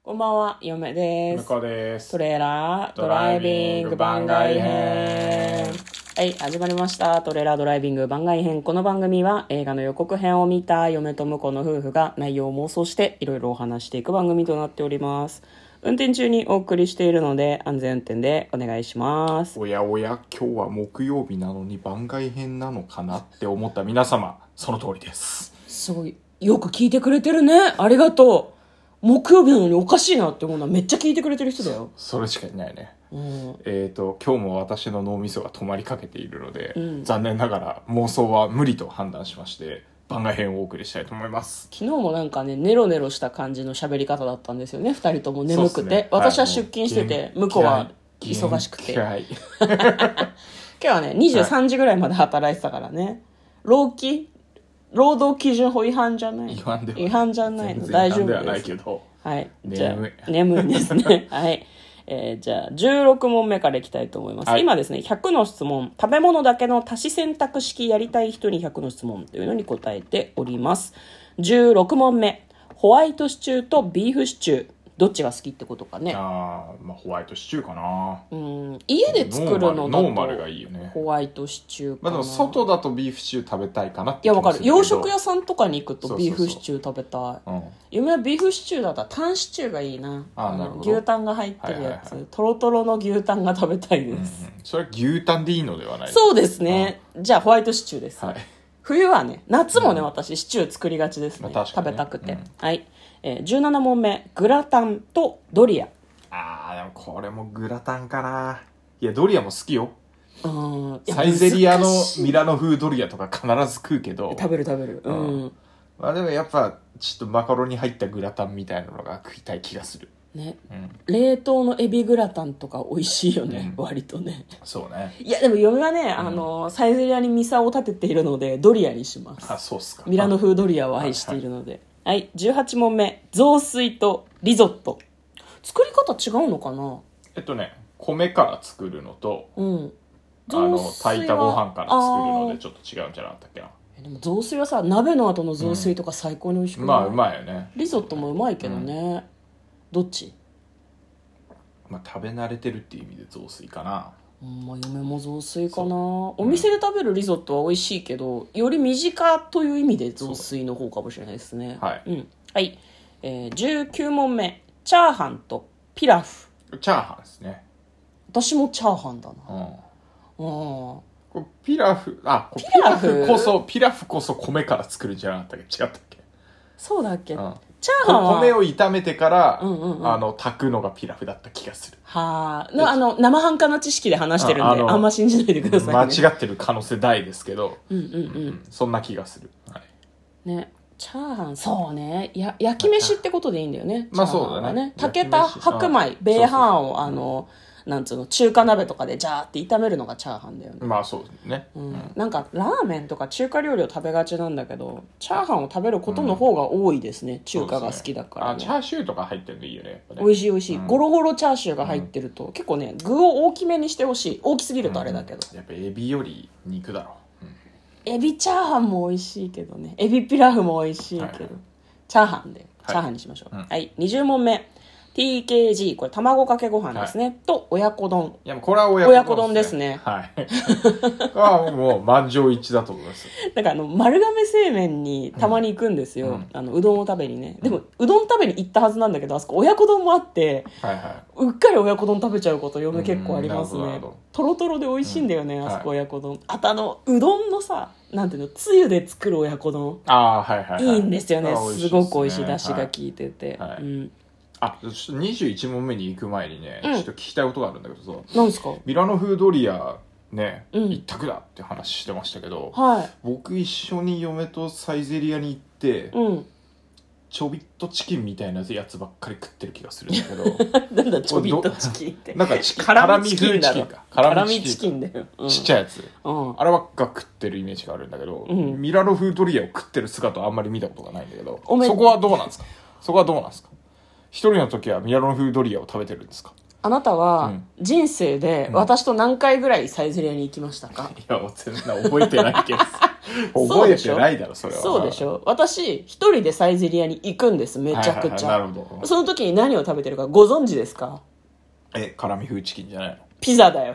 こんばんは、嫁です。 向こうです。 トレーラードライビング番外編。はい、始まりました。トレーラードライビング番外編。この番組は映画の予告編を見た嫁と婿の夫婦が内容を妄想していろいろお話していく番組となっております。運転中にお送りしているので安全運転でお願いします。 おやおや、今日は木曜日なのに番外編なのかなって思った皆様、その通りです。 すごい、よく聞いてくれてるね。ありがとう。木曜日なのにおかしいなって思うのはめっちゃ聞いてくれてる人だよ。 それしかいないね。 うん、 今日も私の脳みそが止まりかけているので、 残念ながら妄想は無理と判断しまして番外編をお送りしたいと思います。 昨日もなんかねネロネロした感じの喋り方だったんですよね。2人とも眠くて、 ね、 私は出勤してて、向こうは忙しくて今日はね23時ぐらいまで働いてたからね、労働基準法違反じゃない、違反じゃないの、大丈夫です。 ではないけど、 はい、じゃあ眠いですねはい、じゃあ16問目からいきたいと思います、はい、今ですね100の質問、食べ物だけの多子選択式やりたい人に100の質問というのに答えております。16問目、ホワイトシチューとビーフシチューどっちが好きってことかね。 まあホワイトシチューかな。 家で作るのだとノーマルがいいよね。 ホワイトシチューかな。 でも外だとビーフシチュー食べたいかなっていやわかる。洋食屋さんとかに行くとビーフシチュー食べたい。夢はビーフシチューだったらタンシチューがいいな。 なるほど。 牛タンが入ってるやつ、トロトロの牛タンが食べたいです、 それは牛タンでいいのではないですか。そうですね、じゃあホワイトシチューです、 はい、 冬はね、夏もね、私シチュー作りがちですね、食べたくて、はい。17問目、グラタンとドリア。 でもこれもグラタンかな。いやドリアも好きよ。サイゼリアのミラノ風ドリアとか必ず食うけど、 食べるでもやっぱちょっとマカロニ入ったグラタンみたいなのが食いたい気がするね。冷凍のエビグラタンとか美味しいよね、割とね。 そうね。 いやでも嫁はね、サイゼリアにミサを立てているのでドリアにします。 そうっすか。 ミラノ風ドリアを愛しているので。はい、18問目、雑炊とリゾット。作り方違うのかな。 米から作るのと、炊いたご飯から作るのでちょっと違うんじゃなかったっけな。 でも雑炊はさ、鍋の後の雑炊とか最高に美味しくない？ うまいよね。 リゾットもうまいけどね、どっち？ 食べ慣れてるっていう意味で雑炊かな。 嫁も雑炊かな。お店で食べるリゾットは美味しいけど、より身近という意味で雑炊の方かもしれないですね。 はい、 はい。19問目、チャーハンとピラフ。 チャーハンですね。 私もチャーハンだな。 ピラフこそ米から作るんじゃなかったっけ？違ったっけ？ そうだっけ？チャーハンは米を炒めてから、炊くのがピラフだった気がする。 生半可な知識で話してるんであんま信じないでくださいね。 間違ってる可能性大ですけど、そんな気がする。ね。 チャーハン、そうね、焼き飯ってことでいいんだよね。 そうだね。 炊けた白米、米飯をなんつうの、中華鍋とかでジャーって炒めるのがチャーハンだよね。 そうですね。 なんかラーメンとか中華料理を食べがちなんだけど、チャーハンを食べることの方が多いですね。中華が好きだからね。 チャーシューとか入ってるのいいよね。 美味しい。ゴロゴロチャーシューが入ってると、結構ね、具を大きめにしてほしい。大きすぎるとあれだけど。 やっぱエビより肉だろ。 エビチャーハンも美味しいけどね。エビピラフも美味しいけど。チャーハンにしましょう。はい。20問目。TKG、これ卵かけご飯ですね。と、親子丼。 いや、これは親子丼ですね。 はい。もう満場一致だと思います。 なんか丸亀製麺にたまに行くんですよ。うどんを食べにね。でも、うどん食べに行ったはずなんだけど、あそこ親子丼もあって、うっかり親子丼食べちゃうこと嫁結構ありますね。トロトロで美味しいんだよね、あそこ親子丼。あとうどんのさ、なんていうの、つゆで作る親子丼。いいんですよね。すごく美味しい出汁が効いてて。 21問目に行く前にね、ちょっと聞きたいことがあるんだけどさ。 何ですか？ ミラノ風ドリアね、一択だって話してましたけど、僕一緒に嫁とサイゼリアに行って、ちょびっとチキンみたいなやつばっかり食ってる気がするんだけどなんだちょびっとチキンってなんか辛味風チキンか。 辛味チキンだよ、 ちっちゃいやつ、あればっか食ってるイメージがあるんだけど、ミラノ風ドリアを食ってる姿はあんまり見たことがないんだけど、そこはどうなんですか？一人の時はミラノ風ドリアを食べてるんですか？ あなたは人生で私と何回ぐらいサイゼリアに行きましたか？ いや全然覚えてないけど覚えてないだろそれは。 そうでしょ。私一人でサイゼリヤに行くんです、めちゃくちゃ、なるほど。その時に何を食べてるかご存知ですか？ 辛味風チキンじゃないの？ ピザだよ。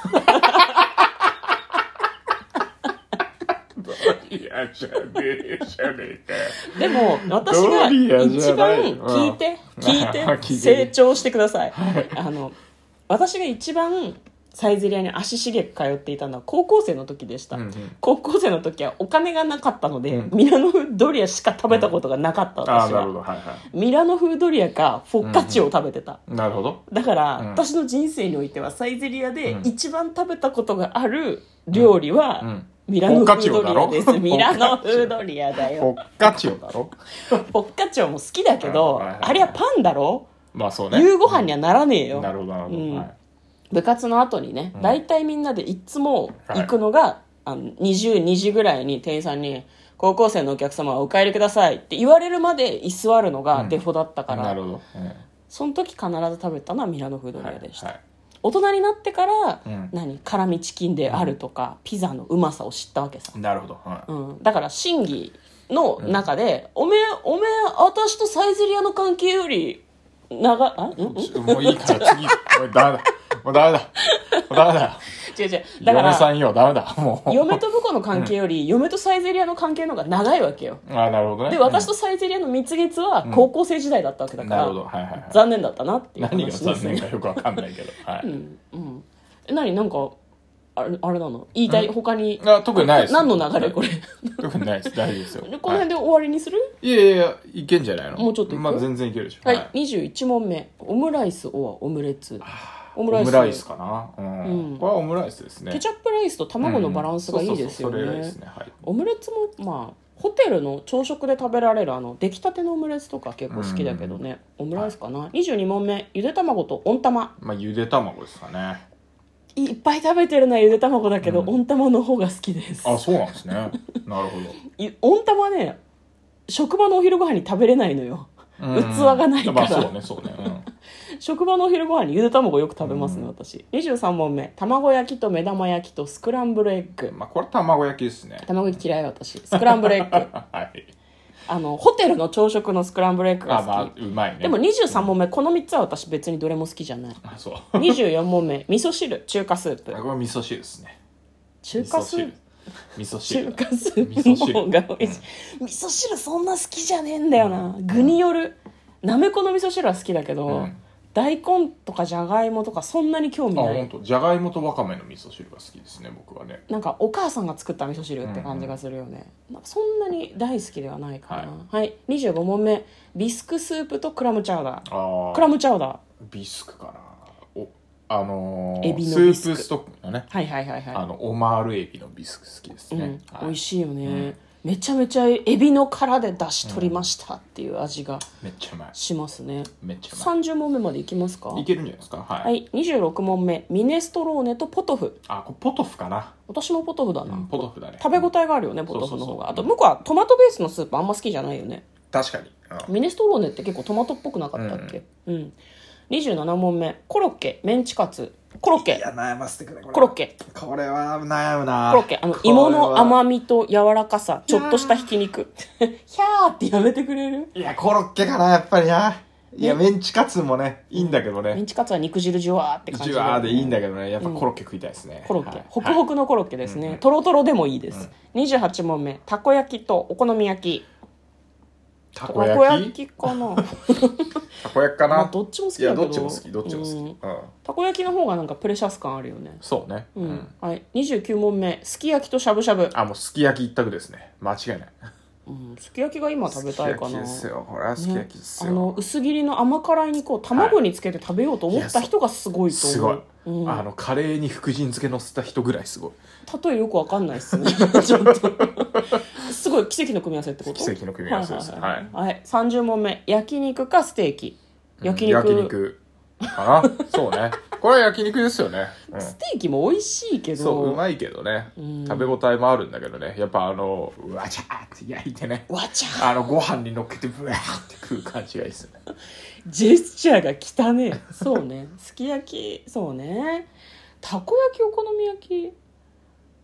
ドリアじゃねえじゃねえかよ。 でも私が一番聞いて成長してください。私が一番サイゼリヤに足しげく通っていたのは高校生の時でした、高校生の時はお金がなかったので、ミラノ風ドリアしか食べたことがなかった、私は、ミラノ風ドリアかフォッカチオを食べてた、 なるほど。 だから、私の人生においてはサイゼリヤで一番食べたことがある料理は、ミラノ風ドリアです。ミラノ風ドリアだよ。 フォッカチオだろ。 フォッカチオも好きだけど、あれはパンだろ。 まあそうね。 夕ご飯にはならねえよ。 なるほどなるほど。 部活の後にね、大体みんなでいつも行くのが、22時ぐらいに店員さんに高校生のお客様はお帰りくださいって言われるまで居座るのがデフォだったから、 なるほど。 その時必ず食べたのはミラノ風ドリアでした。大人になってから、辛味チキンであるとか、ピザのうまさを知ったわけさ。 なるほど、 だから審議の中で、おめえ私とサイゼリヤの関係よりもういいから次ダメだもうダメだ違うだから嫁さんよダメだもう嫁と婿の関係より、嫁とサイゼリヤの関係の方が長いわけよ。 なるほどね。 で私とサイゼリヤの蜜月は高校生時代だったわけだから、残念だったなっていう話です、 何が残念かよくわかんないけど、 なんかあれなの言いたい、他に特にないです。 何の流れこれ？ 特にないです。大丈夫ですよ。 この辺で終わりにする？ いやいけんじゃないの？ もうちょっといく？ まあ全然いけるでしょ。 はい、21問目。オムライスオムレツ。 オムライスかな。これはオムライスですね。 ケチャップライスと卵のバランスがいいですよね。オムレツもまあホテルの朝食で食べられる出来たてのオムレツとか結構好きだけどね。オムライスかな。22問目。ゆで卵と温玉。 まあゆで卵ですかね。 いっぱい食べてるのはゆで卵だけど、温玉の方が好きです。 あ、そうなんですね。なるほど。 温玉ね、職場のお昼ご飯に食べれないのよ。器がないから。まあそうね。 職場のお昼ご飯にゆで卵よく食べますね、私。23問目。卵焼きと目玉焼きとスクランブルエッグ。 まあこれ卵焼きですね。 卵焼き嫌い私。スクランブルエッグ。はい。ホテルの朝食のスクランブルエッグが好き。 まあうまいね。 でも23問目、この3つは私別にどれも好きじゃない。 そう。 24問目、味噌汁、中華スープ。 これ味噌汁ですね。 中華スープ味噌汁。 中華スープの方が美味しい。味噌汁そんな好きじゃねえんだよな。具による。なめこの味噌汁は好きだけど、大根とかじゃがいもとかそんなに興味ない。 本当。じゃがいもとわかめの味噌汁が好きですね、僕はね。 なんかお母さんが作った味噌汁って感じがするよね。なんかそんなに大好きではないかな。はい、25問目。ビスクスープとクラムチャウダー。クラムチャウダー。 ビスクかな。 エビのビスク。 スープストックのね。 はい。 オマールエビのビスク好きですね。 美味しいよね。めちゃめちゃエビの殻で出し取りましたっていう味がめっちゃうまいしますね。 めっちゃうまい。 30問目までいきますか？ いけるんじゃないですか。 はい、26問目。ミネストローネとポトフ。 これポトフかな。 私もポトフだな。 ポトフだね。 食べ応えがあるよね、ポトフの方が。あと向こうはトマトベースのスープあんま好きじゃないよね。 確かに。 ミネストローネって結構トマトっぽくなかったっけ？27問目。コロッケ、メンチカツ。コロッケ。 いや、悩ませてくれ。 コロッケ。 これは悩むな。 コロッケ。芋の甘みと柔らかさ、ちょっとしたひき肉。ひゃーってやめてくれる？ いや、コロッケかな、やっぱりな。いや、メンチカツもね、いいんだけどね。 メンチカツは肉汁ジュワーって感じで。 ジュワーでいいんだけどね、やっぱコロッケ食いたいですね。 コロッケ。ホクホクのコロッケですね。トロトロでもいいです。28問目。たこ焼きとお好み焼き。 たこ焼きかな。 たこ焼きかな。 どっちも好きだけど。 どっちも好き。 たこ焼きの方がなんかプレシャス感あるよね。 そうね。 はい。29問目。すき焼きとしゃぶしゃぶ。 もうすき焼き一択ですね。間違いない。 すき焼きが今食べたいかな。 すき焼きですよ。これはすき焼きですよ。 薄切りの甘辛い肉を卵につけて食べようと思った人がすごいと思う。 すごい。カレーに福神漬け乗せた人ぐらいすごい。 例えよくわかんないっすね。ちょっとすごい奇跡の組み合わせってこと？ 奇跡の組み合わせです。はい。 30問目。焼肉かステーキ。 焼肉かな。そうね。これは焼肉ですよね。 ステーキも美味しいけど。 そう、うまいけどね。食べ応えもあるんだけどね。やっぱわちゃーって焼いてね。 わちゃー。 ご飯に乗っけてブワーって食う感じがいいですね。 ジェスチャーが汚ね。そうね。すき焼き、そうね。たこ焼き、お好み焼き。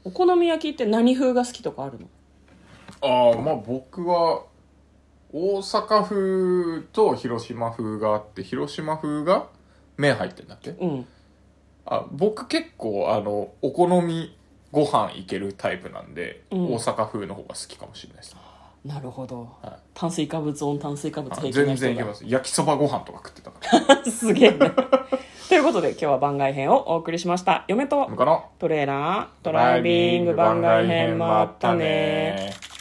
お好み焼きって何風が好きとかあるの？ まあ僕は大阪風と広島風があって、広島風が麺入ってんだっけ？うん。僕結構お好みご飯いけるタイプなんで、大阪風の方が好きかもしれないですね。 なるほど、はい、炭水化物オン炭水化物平気な人が全然いけます。焼きそばご飯とか食ってたからすげえねということで今日は番外編をお送りしました。嫁とトレーラードライビング番外編もあったね。